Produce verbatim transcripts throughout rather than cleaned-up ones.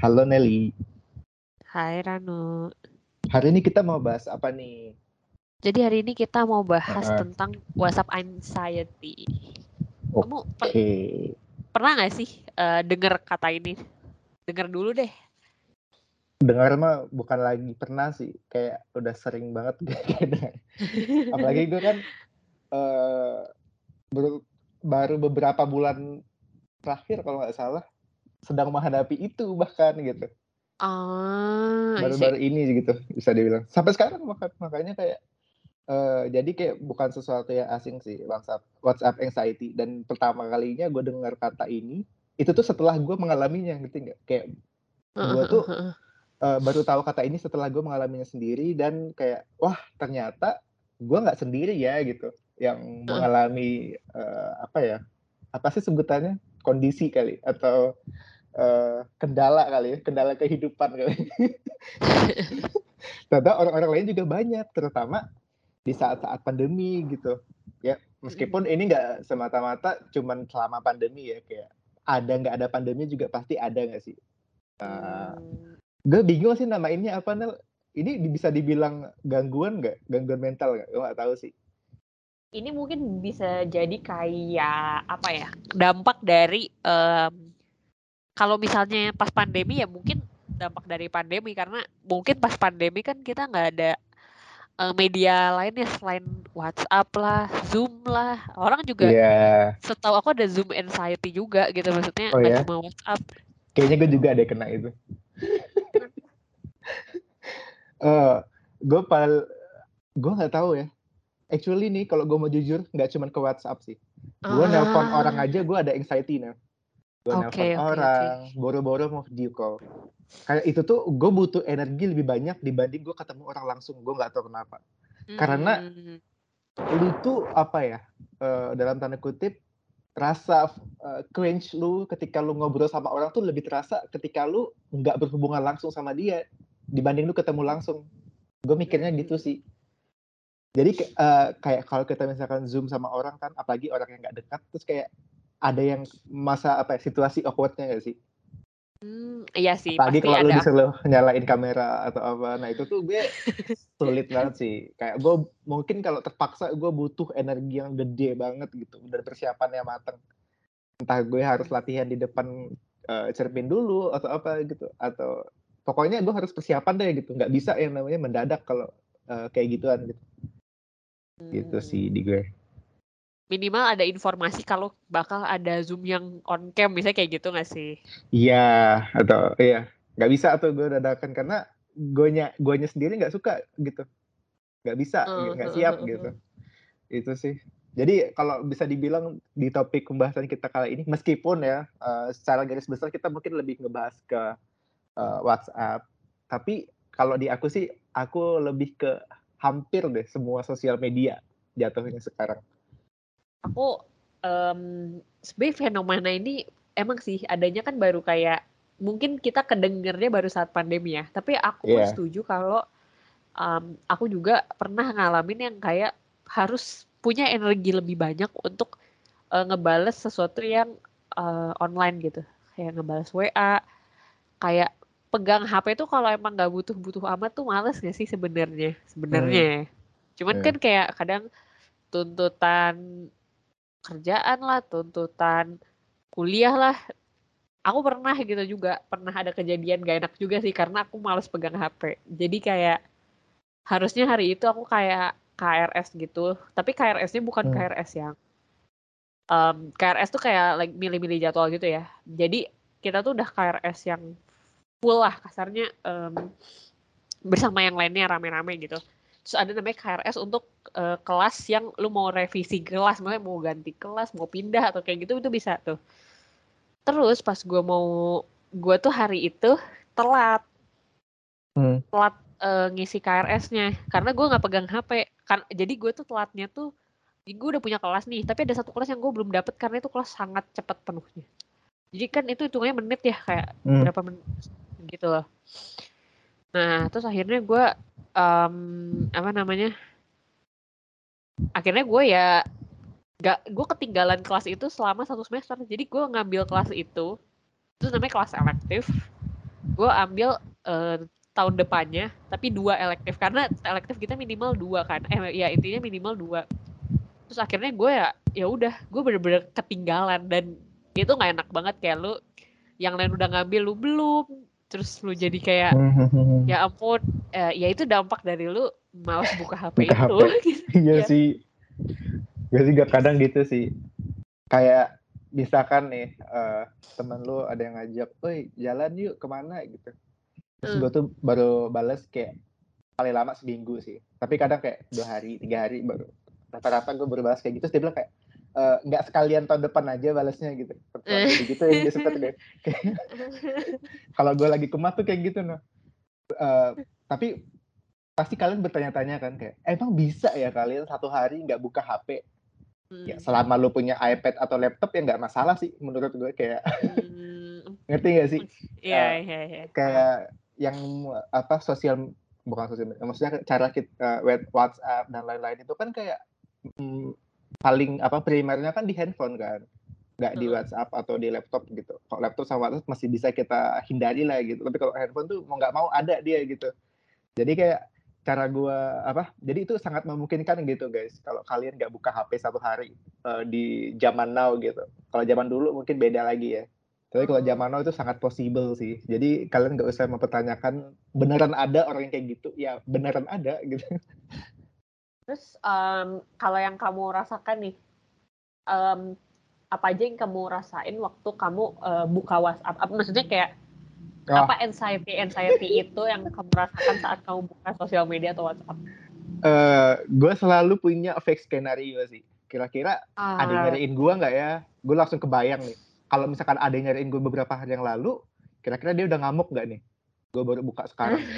Halo Nelly. Hai Ranu. Hari ini kita mau bahas apa nih? Jadi hari ini kita mau bahas Uh-uh. tentang WhatsApp anxiety. Kamu per- Oke. pernah nggak sih uh, dengar kata ini? Dengar dulu deh. Dengar mah bukan lagi pernah sih, kayak udah sering banget kayak apalagi gue kan uh, baru, baru beberapa bulan terakhir kalau nggak salah sedang menghadapi itu bahkan gitu. Ah, I see. Baru-baru ini gitu bisa dibilang. Sampai sekarang maka, makanya kayak uh, jadi kayak bukan sesuatu yang asing sih WhatsApp WhatsApp anxiety, dan pertama kalinya gue dengar kata ini itu tuh setelah gue mengalaminya, ngerti nggak? Kayak gue tuh uh, baru tahu kata ini setelah gue mengalaminya sendiri, dan kayak wah ternyata gue nggak sendiri ya gitu yang mengalami uh, apa ya apa sih sebutannya, kondisi kali atau uh, kendala kali ya, kendala kehidupan kali. Ternyata orang-orang lain juga banyak, terutama di saat-saat pandemi gitu ya, meskipun ini nggak semata-mata cuman selama pandemi ya, kayak ada nggak ada pandemi juga pasti ada nggak sih. uh, gue bingung sih namainnya apa Nel, ini bisa dibilang gangguan nggak, gangguan mental nggak, gue nggak tahu sih. Ini mungkin bisa jadi kayak apa ya, dampak dari um, kalau misalnya pas pandemi ya mungkin dampak dari pandemi, karena mungkin pas pandemi kan kita nggak ada uh, media lainnya selain WhatsApp lah, Zoom lah. Orang juga Iya. setahu aku ada Zoom anxiety juga gitu, maksudnya Oh nggak ya, cuma WhatsApp. kayaknya gue juga ada kena itu. uh, gue pal gue nggak tahu ya. Actually nih kalau gue mau jujur nggak cuma ke WhatsApp sih. Gue Ah, nelpon orang aja gue ada anxiety nih. Gue nelpon oke oke oke. orang, boro-boro mau video call. Kayak itu tuh gue butuh energi lebih banyak dibanding gue ketemu orang langsung. Gue nggak tahu kenapa. Karena Hmm. lu tuh apa ya, uh, dalam tanda kutip, rasa uh, cringe lu ketika lu ngobrol sama orang tuh lebih terasa ketika lu nggak berhubungan langsung sama dia dibanding lu ketemu langsung. Gue mikirnya gitu sih. Jadi uh, kayak kalau kita misalkan Zoom sama orang kan, apalagi orang yang nggak dekat, terus kayak ada yang masa apa ya, situasi awkward-nya nggak sih? Hmm, iya sih, Apalagi pasti kalau lu ada. disuruh nyalain kamera atau apa, nah itu tuh gue sulit banget sih. Kayak gue mungkin kalau terpaksa gue butuh energi yang gede banget gitu dan persiapannya mateng. Entah gue harus latihan di depan uh, cermin dulu atau apa gitu, atau pokoknya gue harus persiapan deh gitu. Nggak bisa yang namanya mendadak kalau uh, kayak gituan gitu. Gitu sih di gue. Minimal ada informasi kalau bakal ada Zoom yang on cam, misalnya kayak gitu nggak sih? Iya, atau iya nggak bisa tuh gue dadakan karena gue nya sendiri nggak suka gitu, nggak bisa, nggak siap gitu. Itu sih. Jadi kalau bisa dibilang di topik pembahasan kita kali ini, meskipun ya uh, secara garis besar kita mungkin lebih ngebahas ke uh, WhatsApp, tapi kalau di aku sih aku lebih ke hampir deh semua sosial media jatuhnya sekarang. Aku um, sebenarnya fenomena ini emang sih adanya kan baru kayak mungkin kita kedengernya baru saat pandemi ya. Tapi aku pun Iya. setuju kalau um, aku juga pernah ngalamin yang kayak harus punya energi lebih banyak untuk uh, ngebales sesuatu yang uh, online gitu. Kayak ngebales W A, kayak pegang H P tuh kalau emang nggak butuh-butuh amat tuh males nggak sih sebenarnya? Hmm. Sebenarnya. Cuman Yeah. kan kayak kadang tuntutan kerjaan lah, tuntutan kuliah lah. Aku pernah gitu juga, pernah ada kejadian gak enak juga sih karena aku males pegang H P. Jadi kayak harusnya hari itu aku kayak K R S gitu, tapi K R S-nya bukan Hmm. K R S yang um, K R S tuh kayak like, milih-milih jadwal gitu ya. Jadi kita tuh udah K R S yang full lah kasarnya, um, bersama yang lainnya rame-rame gitu. Terus ada namanya K R S untuk uh, kelas yang lu mau revisi kelas, misalnya mau ganti kelas, mau pindah atau kayak gitu, itu bisa tuh. Terus pas gue mau, gue tuh hari itu telat, Hmm. telat uh, ngisi K R S-nya karena gue nggak pegang H P. Kan, jadi gue tuh telatnya tuh, gue udah punya kelas nih, tapi ada satu kelas yang gue belum dapet karena itu kelas sangat cepat penuhnya. Jadi kan itu hitungannya menit ya, kayak Hmm. berapa menit gitu loh. Nah, terus akhirnya gue um, apa namanya? Akhirnya gue ya gak, gue ketinggalan kelas itu selama satu semester. Jadi gue ngambil kelas itu, itu namanya kelas elektif. gue ambil uh, tahun depannya tapi dua elektif karena elektif kita minimal dua kan eh ya intinya minimal dua terus akhirnya gue ya ya udah gue bener-bener ketinggalan dan itu nggak enak banget kayak lu yang lain udah ngambil lu belum terus lu jadi kayak ya ampun eh, ya itu dampak dari lu malas buka H P buka itu H P. gitu. Iya Ya. sih, gue juga kadang gitu sih. Kayak misalkan nih uh, temen lu ada yang ngajak, "Woi jalan yuk kemana?" gitu. Terus Hmm. gue tuh baru bales kayak paling lama seminggu sih. Tapi kadang kayak dua hari, tiga hari baru. Rata-rata gue baru balas kayak gitu. Terus dia bilang kayak nggak uh, sekalian tahun depan aja balasnya gitu. Pertama gitu-gitu yang dia suka tuh kayak. Kalau gue lagi kumat tuh kayak gitu noh. Uh, tapi pasti kalian bertanya-tanya kan kayak, emang bisa ya kalian satu hari nggak buka H P? Hmm. Ya selama lu punya iPad atau laptop ya nggak masalah sih menurut gue kayak. Hmm. Ngerti nggak sih? Iya, uh, iya, iya. Kayak yang apa sosial bukan sosial media, maksudnya cara kita uh, WhatsApp dan lain-lain itu kan kayak mm, paling apa primernya kan di handphone kan, nggak di WhatsApp atau di laptop gitu. Kalau laptop sama WhatsApp masih bisa kita hindari lah gitu, tapi kalau handphone tuh mau nggak mau ada dia gitu. Jadi kayak cara gua apa, jadi itu sangat memungkinkan gitu guys kalau kalian nggak buka H P satu hari uh, di zaman now gitu. Kalau zaman dulu mungkin beda lagi ya. Tapi kalau zaman now itu sangat possible sih. Jadi kalian nggak usah mempertanyakan beneran ada orang yang kayak gitu. Ya beneran ada gitu. Terus um, kalau yang kamu rasakan nih, um, apa aja yang kamu rasain waktu kamu uh, buka WhatsApp? Apa maksudnya kayak Oh, apa anxiety anxiety itu yang kamu rasakan saat kamu buka sosial media atau WhatsApp? uh, gue selalu punya fake skenario sih. Kira-kira Ah. ada yang nyariin gue nggak ya? Gue langsung kebayang nih. Kalau misalkan ada yang nyariin gue beberapa hari yang lalu, kira-kira dia udah ngamuk nggak nih? Gue baru buka sekarang.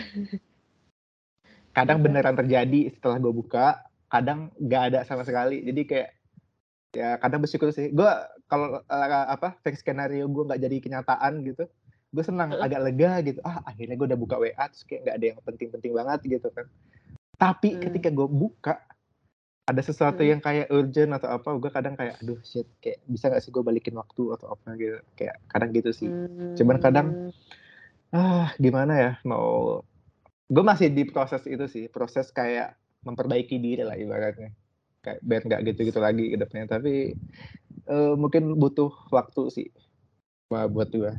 Kadang beneran terjadi setelah gue buka, kadang nggak ada sama sekali. Jadi kayak ya kadang bersyukur sih. Gue kalau uh, apa fake skenario gue nggak jadi kenyataan gitu, gue senang, agak lega gitu. Ah akhirnya gue udah buka W A, terus kayak nggak ada yang penting-penting banget gitu kan. Tapi ketika gue buka ada sesuatu yang kayak urgent atau apa, gue kadang kayak aduh shit, kayak bisa nggak sih gue balikin waktu atau apa gitu. Kayak kadang gitu sih. Cuman kadang ah gimana ya mau, gue masih di proses itu sih, proses kayak memperbaiki diri lah ibaratnya, kayak biar nggak gitu-gitu lagi ke depannya. Tapi uh, mungkin butuh waktu sih buat gue.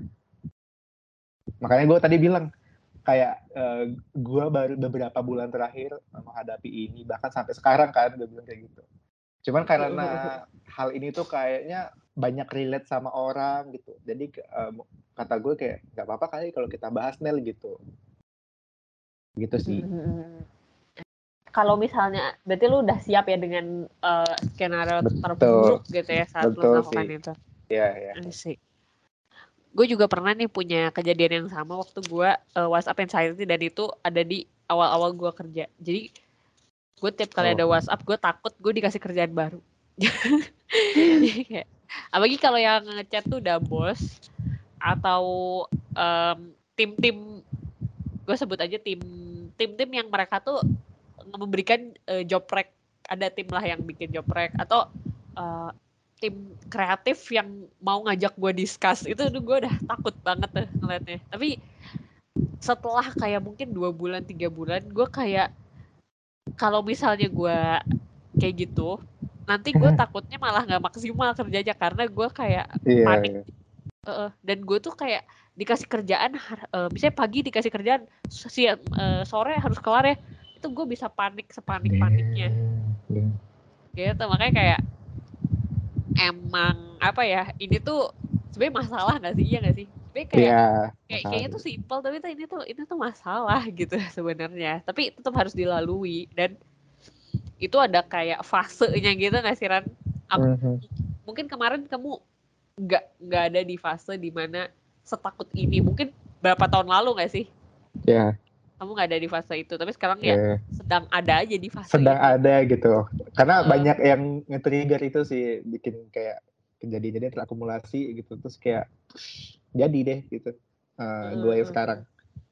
Makanya gue tadi bilang kayak uh, gue baru beberapa bulan terakhir menghadapi ini, bahkan sampai sekarang kan gue bilang kayak gitu. Cuman karena hal ini tuh kayaknya banyak relate sama orang gitu, jadi uh, kata gue kayak nggak apa-apa kali kalau kita bahas Nel gitu, gitu sih. Kalau misalnya, berarti lu udah siap ya dengan uh, skenario Betul. terburuk gitu ya saat Betul lu melakukan sih. itu. Iya, iya. Sih. Gue juga pernah nih punya kejadian yang sama waktu gue uh, WhatsApp anxiety dan itu ada di awal-awal gue kerja. Jadi gue tiap kali oh. ada WhatsApp gue takut gue dikasih kerjaan baru. Jadi kayak, apalagi kalau yang ngechat tuh udah bos atau um, tim-tim, gue sebut aja tim tim-tim yang mereka tuh memberikan uh, job rec, ada tim lah yang bikin job rec atau uh, tim kreatif yang mau ngajak gue discuss, itu gue udah takut banget tuh ngeliatnya. Tapi setelah kayak mungkin dua bulan tiga bulan gue kayak kalau misalnya gue kayak gitu nanti gue takutnya malah nggak maksimal kerjanya karena gue kayak yeah, panik yeah. Uh, dan gue tuh kayak dikasih kerjaan uh, misalnya pagi dikasih kerjaan siang uh, sore harus kelar ya, itu gue bisa panik sepanik paniknya gitu. Makanya kayak emang apa ya, ini tuh sebenarnya masalah nggak sih, iya nggak sih, sebenarnya kayak yeah, kayak kayaknya tuh simple tapi tuh ini tuh ini tuh masalah gitu sebenarnya, tapi tetap harus dilalui dan itu ada kayak fasenya gitu nggak sih Ran? Ap- mm-hmm. Mungkin kemarin kamu nggak nggak ada di fase dimana setakut ini, mungkin berapa tahun lalu nggak sih? Iya. Yeah. Kamu nggak ada di fase itu, tapi sekarang yeah. ya sedang ada aja di fase sedang ini. ada gitu, karena uh. banyak yang nge-trigger itu sih, bikin kayak kejadian-kejadian terakumulasi gitu, terus kayak jadi deh gitu uh, uh. gue yang sekarang.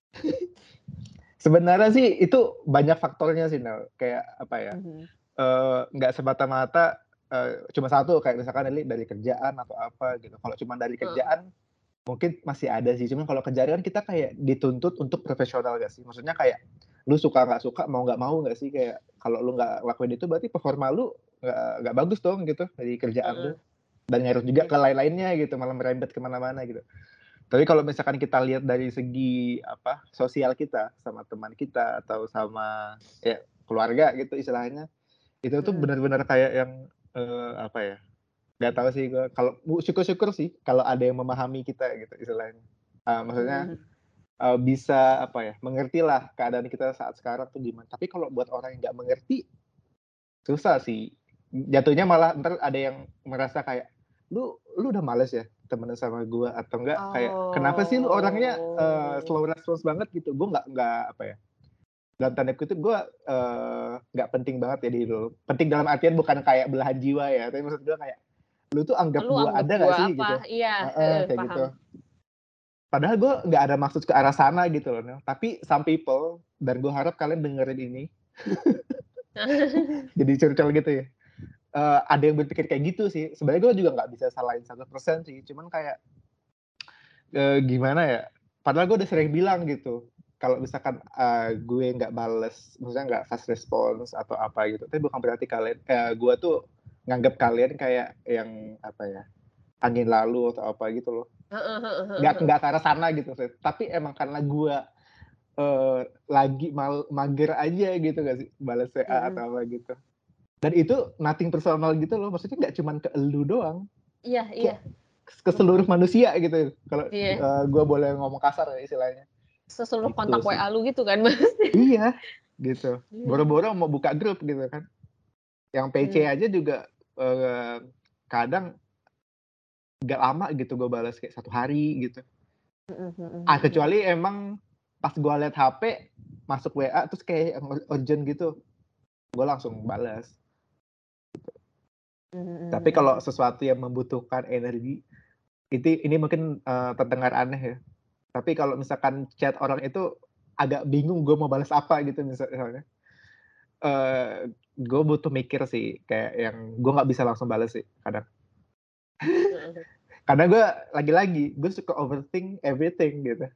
Sebenarnya sih itu banyak faktornya sih Nel, kayak apa ya, nggak uh-huh. uh, semata-mata uh, cuma satu kayak misalkan dari, dari kerjaan atau apa gitu. Kalau cuma dari kerjaan uh. mungkin masih ada sih, cuman kalau kerjaan kan kita kayak dituntut untuk profesional nggak sih? Maksudnya kayak, lu suka nggak suka, mau nggak mau nggak sih? Kayak kalau lu nggak lakuin itu berarti performa lu nggak nggak bagus dong gitu dari kerjaan lu, Heeh, dan ngaruh juga iya. ke lain-lainnya gitu, malah merembet ke mana-mana gitu. Tapi kalau misalkan kita lihat dari segi apa, sosial kita, sama teman kita atau sama ya keluarga gitu istilahnya, itu tuh Mhm. benar-benar kayak yang, eee, apa ya, nggak tahu sih gue, kalau mu syukur-syukur sih kalau ada yang memahami kita gitu istilahnya. Eee, maksudnya, Mhm. eee, bisa apa ya, mengertilah keadaan kita saat sekarang tuh gimana. Tapi kalau buat orang yang nggak mengerti, susah sih. Jatuhnya malah entar ada yang merasa kayak, "Lu lu udah males ya temenan sama gua?" Atau enggak kayak, "Kenapa sih lu orangnya, eee, Oh. slow response banget gitu?" Gua nggak nggak apa ya, dalam tanda kutip gua, eee, nggak penting banget ya di hidup lu. Penting dalam artian bukan kayak belahan jiwa ya, tapi maksud gua kayak, "Lu tuh anggap Lu gua anggap ada nggak gua sih?" apa? Gitu. Iya, Heeh, heeh, kayak paham. gitu. Padahal gua nggak ada maksud ke arah sana gitu loh, Nel. Tapi some people, dan gua harap kalian dengerin ini, jadi curcol gitu ya. Eee, ada yang berpikir kayak gitu sih. Sebenarnya gue juga nggak bisa salahin seratus persen sih, cuman kayak, eee, gimana ya, padahal gue udah sering bilang gitu, kalau misalkan, eee, gue nggak bales, maksudnya nggak fast response atau apa gitu, tapi bukan berarti kalian eee, gue tuh nganggep kalian kayak yang, apa ya, angin lalu atau apa gitu loh. Heeh heeh heeh Nggak heeh. nggak ke arah sana gitu sih, tapi emang karena gue, eee, lagi mal mager aja gitu nggak sih, bales W A Mhm. atau apa gitu. Dan itu nothing personal gitu loh, maksudnya nggak cuman ke elu doang. Iya iya. Kayak ke seluruh manusia gitu, kalau, Iya. eee, gua boleh ngomong kasar ya istilahnya, Seseluruh gitu kontak sih. W A lu gitu kan, Mas? Iya, gitu. Iya. Boro-boro mau buka grup gitu kan, yang P C Mmm. aja juga, eee, kadang nggak lama gitu gua balas, kayak satu hari gitu. Mhm mhm Ah, mhm. kecuali emang pas gua liat H P, masuk W A terus kayak ur urgent gitu, gua langsung balas. Mhm Tapi mhm kalau mhm. sesuatu yang membutuhkan energi, itu ini mungkin, eee, terdengar aneh ya. Tapi kalau misalkan chat orang itu agak bingung gue mau balas apa gitu misal misalnya, eee, gue butuh mikir sih, kayak yang gue nggak bisa langsung bales sih kadang. Heeh. Karena gue lagi-lagi, gue suka overthink everything gitu.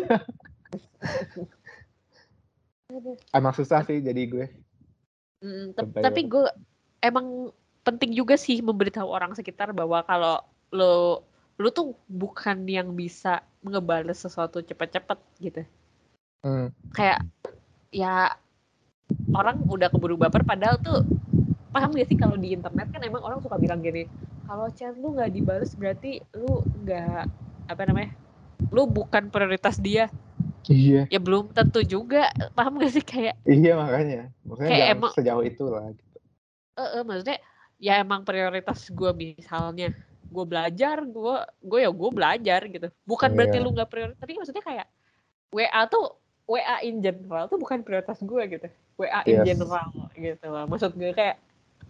Aduh. Emang susah Tap sih jadi gue. mhm, tap Lebay tapi banget. gue emang penting juga sih memberitahu orang sekitar bahwa kalau lu lu tuh bukan yang bisa ngebales sesuatu cepet-cepet gitu. Mmm, Kayak, ya orang udah keburu baper padahal tuh paham gak sih kalau di internet kan emang orang suka bilang gini, "Kalau chat lu nggak dibales berarti lu nggak" apa namanya, "lu bukan prioritas dia." iya, Ya belum tentu juga, paham gak sih? Kayak iya makanya. Maksudnya kayak jangan emang sejauh itulah gitu. heeh, maksudnya ya emang prioritas gue misalnya gue belajar, gue gue ya gue belajar gitu. Bukan berarti Iya, lu nggak prioritas, tapi maksudnya kayak W A tuh W A in general tuh bukan prioritas gue gitu. W A in yes. general gitu loh. Maksud gue kayak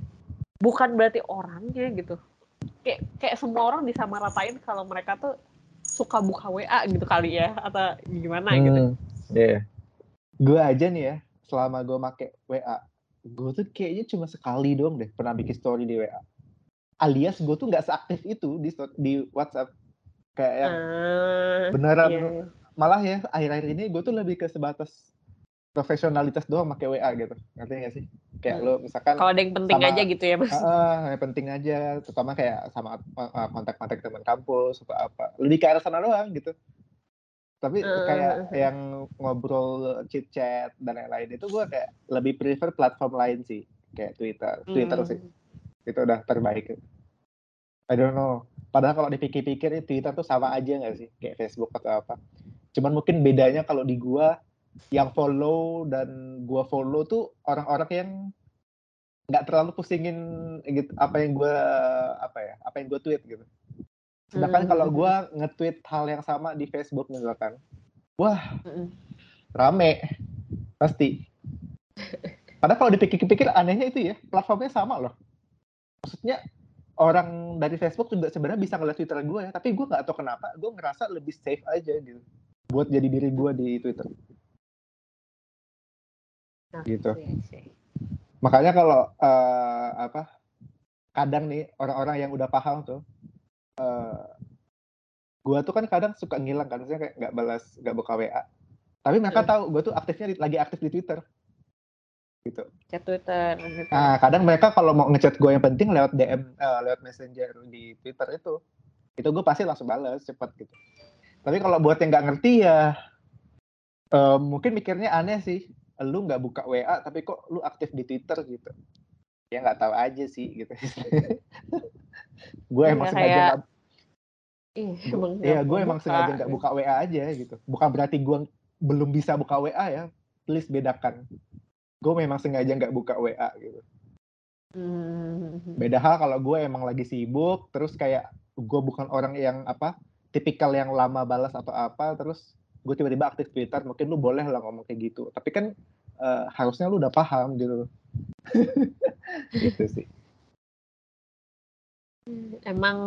bukan berarti orangnya gitu. Kayak kayak semua orang disamaratain kalau mereka tuh suka buka W A gitu kali ya atau gimana gitu. Mmm, iya. Gue aja nih ya, selama gue make W A, gue tuh kayaknya cuma sekali doang deh pernah bikin story di W A. Alias gue tuh nggak seaktif itu di sto di WhatsApp. Kayak yang Ah, iya, beneran, iya. malah ya akhir-akhir ini gue tuh lebih ke sebatas profesionalitas doang make W A gitu, ngerti nggak sih? Kayak Mhm. lu misalkan Kalau ada yang penting aja sama gitu ya, Mas? heeh, yang penting aja, terutama kayak sama, eee, kontak-kontak teman kampus atau apa, lebih ke arah sana doang gitu. Tapi Heeh kayak heeh heeh. yang ngobrol, chit chat dan lain-lain itu gue kayak lebih prefer platform lain sih, kayak Twitter. Twitter sih, Mmm. itu udah terbaik. I don't know. Padahal kalau dipikir-pikir Twitter tuh sama aja nggak sih, kayak Facebook atau apa. Cuman mungkin bedanya kalau di gua, yang follow dan gua follow tuh orang-orang yang nggak terlalu pusingin gitu, apa yang gua apa ya, apa yang gua tweet gitu. Sedangkan Mhm kalau mhm mhm. gua nge-tweet hal yang sama di Facebook misalkan, wah Mhm. rame pasti. Padahal kalau dipikir-pikir anehnya itu ya, platformnya sama loh. Maksudnya orang dari Facebook juga sebenarnya bisa ngeliat Twitter gue ya, tapi gue nggak tahu kenapa, gue ngerasa lebih safe aja gitu, buat jadi diri gue di Twitter, I gitu. see I see. Makanya kalau, eee, apa, kadang nih orang-orang yang udah paham tuh, eee, gue tuh kan kadang suka ngilang kan, maksudnya kayak nggak balas, nggak buka W A. Tapi mereka Hmm. tahu gue tuh aktifnya di- lagi aktif di Twitter gitu. Chat Twitter gitu. Nah, kadang mereka kalau mau ngechat gue yang penting lewat D M, eh, lewat Messenger di Twitter itu, itu gue pasti langsung balas cepet gitu. Tapi kalau buat yang nggak ngerti ya, eh, mungkin mikirnya aneh sih. Lu nggak buka W A tapi kok lu aktif di Twitter gitu. Ya nggak tahu aja sih gitu. Gue emang Iya sengaja kayak, nggak, ih gue, emang nggak ya gue mau emang buka. sengaja nggak buka W A aja gitu. Bukan berarti gue belum bisa buka W A ya. Please bedakan. Gue memang sengaja nggak buka W A gitu. Hmm. Beda hal kalau gue emang lagi sibuk, terus kayak gue bukan orang yang apa, tipikal yang lama balas atau apa, terus gue tiba-tiba aktif Twitter, mungkin lu boleh lah ngomong kayak gitu. Tapi kan eh, harusnya lu udah paham gitu. Gitu sih. Emang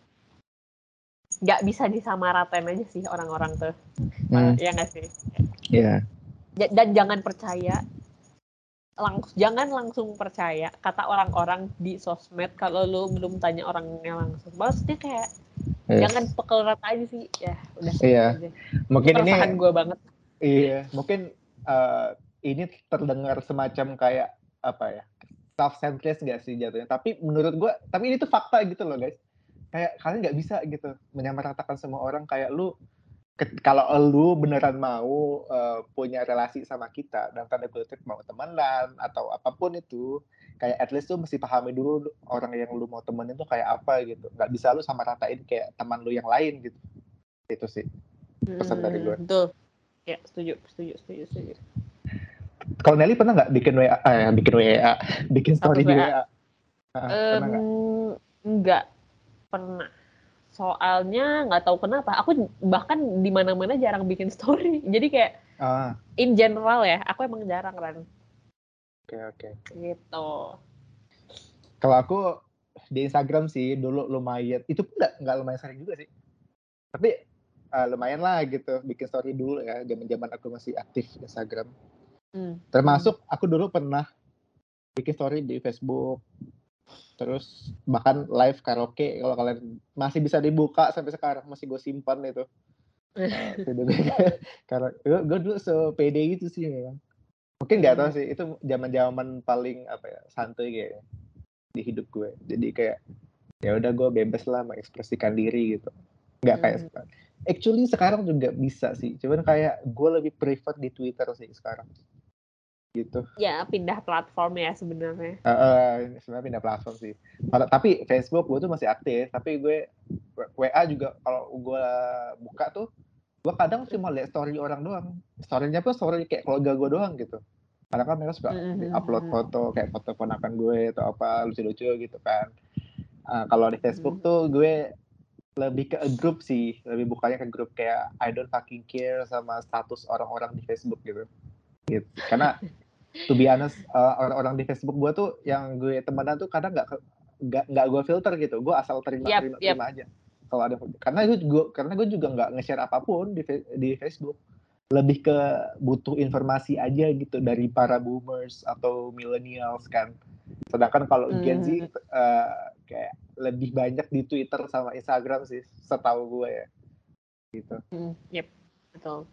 nggak bisa disamaratain aja sih orang-orang tuh. Hmm, Ya nggak sih? ya. Ja- Dan jangan percaya, langs jangan langsung percaya kata orang-orang di sosmed kalau lu belum tanya orangnya langsung. Maksudnya kayak Yes. jangan pukul rata aja sih. Ya udah Iya. aja. Mungkin ini, Keresahan gue banget. iya, mungkin eh, ini terdengar semacam kayak apa ya, self-centered nggak sih jatuhnya. Tapi menurut gue, tapi ini tuh fakta gitu loh guys. Kayak kalian nggak bisa gitu menyamaratakan semua orang kayak lu. Ke- kalau lu beneran mau uh, punya relasi sama kita dan tanda kutip mau temenan atau apapun itu, kayak at least lu mesti pahami dulu orang yang lu mau temenin tuh kayak apa gitu. Nggak bisa lu sama ratain kayak teman lu yang lain gitu. Itu sih pesan dari gue. Hmm, betul. Ya setuju, setuju, setuju, setuju. Kalau Nelly pernah nggak bikin W A, eh, bikin W A, bikin story Status di W A. W A? Ah, Um, pernah nggak? enggak pernah. Soalnya nggak tahu kenapa. Aku bahkan di mana-mana jarang bikin story. Jadi kayak Ah, in general ya, aku emang jarang kan. oke okay, oke. Okay. Gitu. Kalau aku di Instagram sih dulu lumayan. Itu pun nggak nggak lumayan sering juga sih. Tapi uh, lumayan lah gitu bikin story dulu ya, zaman-zaman aku masih aktif Instagram. Hmm. Termasuk aku dulu pernah bikin story di Facebook, terus bahkan live karaoke kalau kalian masih bisa dibuka sampai sekarang, masih gue simpan itu. Uh, karena gue, gue dulu sepede itu sih memang. Mungkin nggak tahu sih, itu zaman-zaman paling apa ya, santuy kayak di hidup gue. Jadi kayak ya udah gue bebas lah mengekspresikan diri gitu. Nggak kayak sekarang. Actually sekarang juga bisa sih, cuman kayak gue lebih prefer di Twitter sih sekarang. Gitu. Ya pindah platform ya sebenarnya. Uh, uh, sebenarnya pindah platform sih. Pada, tapi Facebook gue tuh masih aktif. Tapi gue W A juga kalau gue buka tuh, gue kadang cuma lihat story orang doang. Storynya pun story kayak keluarga gue doang gitu. Karena kan mereka suka upload foto kayak foto ponakan gue atau apa lucu-lucu gitu kan. Uh, kalau di Facebook tuh gue lebih ke grup sih, lebih bukannya ke grup kayak I don't fucking care sama status orang-orang di Facebook gitu. Gitu. Karena to be honest, uh, orang-orang di Facebook gue tuh yang gue temenan tuh kadang nggak nggak nggak gue filter gitu, gue asal terima Yap, terima yap. terima aja. Kalau ada, karena gue juga karena gue juga nggak nge-share apapun di di Facebook, lebih ke butuh informasi aja gitu dari para boomers atau millennials kan. Sedangkan kalau Gen Z uh, kayak lebih banyak di Twitter sama Instagram sih, setahu gue ya. Gitu. Hmm, yep, betul.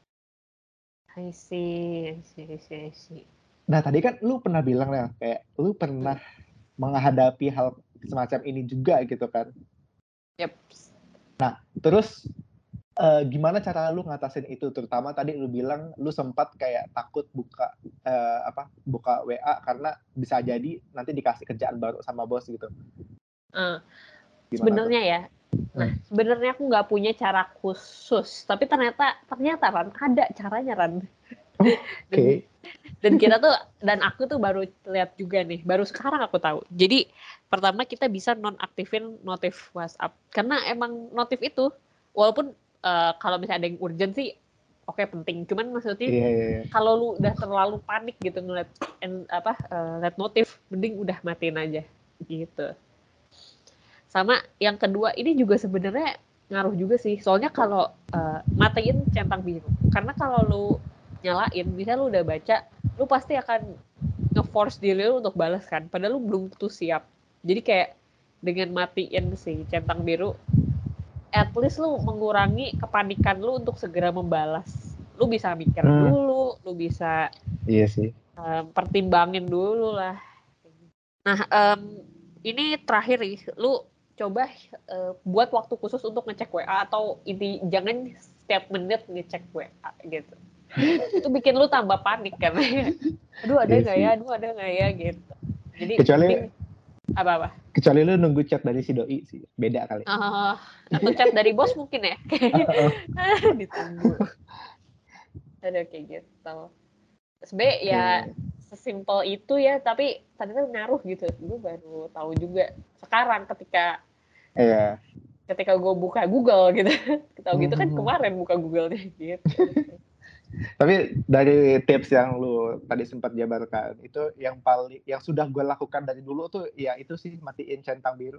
I see, I see, I see, I see. Nah tadi kan lu pernah bilang ya, kayak lu pernah hmm. menghadapi hal semacam ini juga gitu kan. Yep. Nah terus uh, gimana cara lu ngatasin itu? Terutama tadi lu bilang lu sempat kayak takut buka uh, apa buka W A karena bisa jadi nanti dikasih kerjaan baru sama bos gitu. Uh, sebenarnya ya, nah hmm. sebenarnya aku nggak punya cara khusus, tapi ternyata ternyata Ran ada caranya Ran. Oh, Oke. Okay. Dan kita tuh dan aku tuh baru lihat juga nih, baru sekarang aku tahu. Jadi pertama kita bisa nonaktifin notif WhatsApp karena emang notif itu walaupun uh, kalau misalnya ada yang urgent sih oke okay, penting. Cuman maksudnya yeah, yeah, yeah. kalau lu udah terlalu panik gitu ngeliat en, apa uh, liat notif, mending udah matiin aja gitu. Sama yang kedua ini juga sebenarnya ngaruh juga sih. Soalnya kalau uh, matiin centang biru. Karena kalau lu nyalain, misalnya lu udah baca, lu pasti akan nge-force diri lu untuk balas kan. Padahal lu belum tuh siap. Jadi kayak dengan matiin si centang biru, at least lu mengurangi kepanikan lu untuk segera membalas. Lu bisa mikir Hmm. dulu, lu bisa Iya sih. um, pertimbangin dulu lah. Nah, um, ini terakhir nih, lu coba uh, buat waktu khusus untuk ngecek W A atau ini jangan setiap menit ngecek W A gitu. Itu bikin lu tambah panik kan. Aduh ada nggak Iya ya, sih. aduh ada nggak ya gitu. Jadi Kecuali mending apa-apa. kecuali lu nunggu chat dari si doi sih, beda kali. Uh, atau chat dari bos mungkin ya. Ditunggu. Ada kayak gitu. Sebenarnya Oke. ya sesimpel itu ya, tapi ternyata ngaruh gitu. Gue baru tahu juga sekarang ketika Iya. ketika gue buka Google gitu. Tahu gitu kan Hmm. kemarin buka Google nih gitu. Tapi dari tips yang lu tadi sempat jabarkan, itu yang paling yang sudah gue lakukan dari dulu tuh ya itu sih matiin centang biru.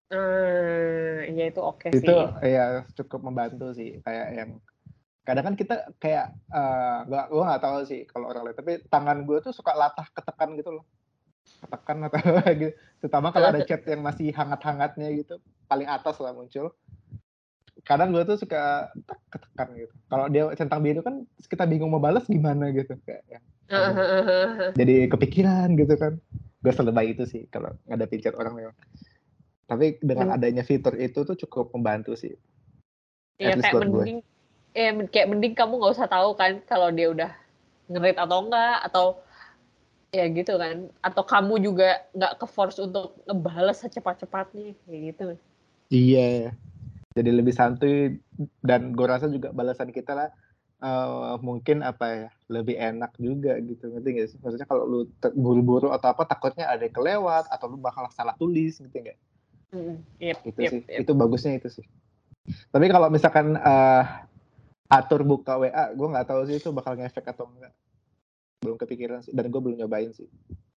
Hmm, ya itu oke okay Itu sih. ya cukup membantu sih, kayak yang kadang kan kita kayak uh, gak, gue nggak tahu sih kalau orang lain, tapi tangan gue tuh suka latah ketekan gitu loh, ketekan atau gitu, terutama kalau ada chat yang masih hangat-hangatnya gitu, paling atas lah muncul. Kadang gue tuh suka tek, ketekan gitu. Kalau dia centang biru kan kita bingung mau balas gimana gitu, kayak ya, jadi kepikiran gitu kan. Gue selebay itu sih kalau ngadepin chat orang memang. Tapi dengan Men- adanya fitur itu tuh cukup membantu sih. ya At least kayak buat gue. mending eh kayak mending kamu nggak usah tahu kan kalau dia udah nge-read atau enggak, atau ya gitu kan, atau kamu juga nggak ke force untuk ngebales secepat-cepatnya kayak gitu. Iya, jadi lebih santuy, dan gue rasa juga balasan kita lah uh, mungkin apa ya, lebih enak juga gitu, ngerti gak sih? Maksudnya kalau lu buru-buru atau apa, takutnya ada yang kelewat atau lu bakal salah tulis, ngerti gak? Mm, yep, Itu yep, sih, yep. itu bagusnya itu sih. Tapi kalau misalkan uh, atur buka W A, gue nggak tahu sih itu bakal ngefek atau enggak, belum kepikiran sih, dan gue belum nyobain sih.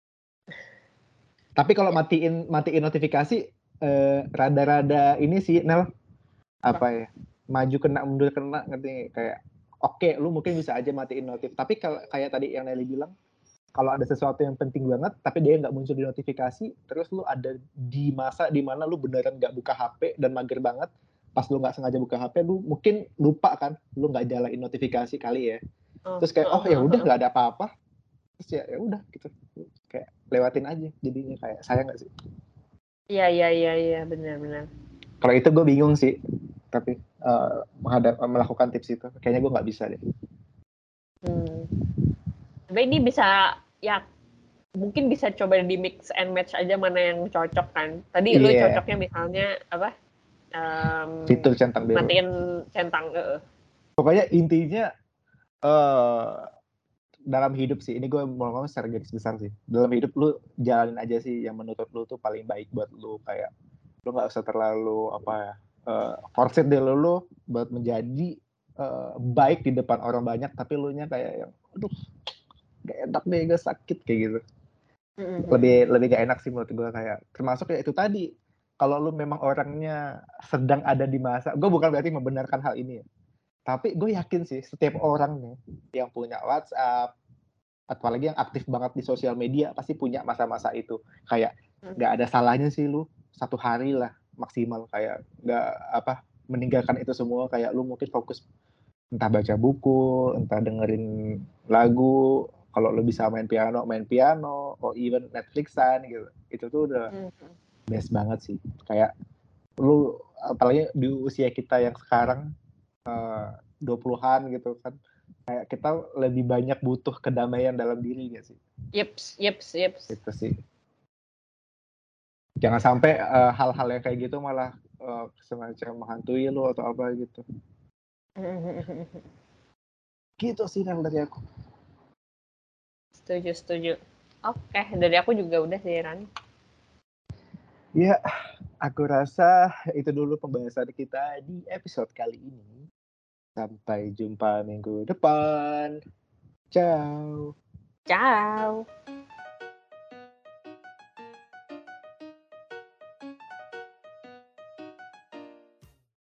Tapi kalau matiin matiin notifikasi eh, rada-rada ini sih Nel, apa ya, maju kena mundur kena, ngerti kayak oke okay, lu mungkin bisa aja matiin notif, tapi kalau kayak tadi yang Nelly bilang, kalau ada sesuatu yang penting banget tapi dia nggak muncul di notifikasi, terus lu ada di masa dimana lu beneran nggak buka H P dan mager banget, pas lu nggak sengaja buka H P, lu mungkin lupa kan, lu nggak nyalain notifikasi kali ya, terus kayak oh ya udah nggak ada apa-apa, terus ya ya udah gitu, kayak lewatin aja, jadinya kayak sayang nggak sih? Iya iya iya iya benar-benar. Kalau itu gue bingung sih, tapi uh, menghadap melakukan tips itu kayaknya gue nggak bisa deh. Hmm. Tapi ini bisa ya mungkin bisa coba di mix and match aja mana yang cocok kan. Tadi lu Iya. cocoknya misalnya apa? Um, Fitur centang biru. matiin centang. Uh. Pokoknya intinya uh, dalam hidup sih, ini gue mau ngomong secara garis besar sih. Dalam hidup lu jalanin aja sih yang menurut lu tuh paling baik buat lu, kayak lu nggak usah terlalu apa ya, uh, force deh lu, lu buat menjadi uh, baik di depan orang banyak, tapi lu nya kayak yang aduh gak enak deh, gak sakit kayak gitu. Lebih lebih gak enak sih menurut gue, kayak termasuk ya itu tadi, kalau lu memang orangnya sedang ada di masa, gue bukan berarti membenarkan hal ini ya, tapi gue yakin sih setiap orang nih yang punya WhatsApp, apalagi yang aktif banget di sosial media, pasti punya masa-masa itu. Kayak nggak ada salahnya sih lu satu hari lah maksimal, kayak nggak apa meninggalkan itu semua, kayak lu mungkin fokus entah baca buku, entah dengerin lagu, kalau lu bisa main piano main piano, or even Netflixan gitu, itu tuh udah best banget sih. Kayak lu apalagi di usia kita yang sekarang uh, dua puluhan gitu kan, kayak kita lebih banyak butuh kedamaian dalam diri gak sih? Yeps, yeps, yeps. Itu sih. Jangan sampai uh, hal-hal yang kayak gitu malah uh, semacam menghantui lu atau apa gitu. Gitu sih yang dari aku. Setuju, setuju. Oke, okay. Dari aku juga udah sih, Ran. Ya, aku rasa itu dulu pembahasan kita di episode kali ini. Sampai jumpa minggu depan. Ciao. Ciao.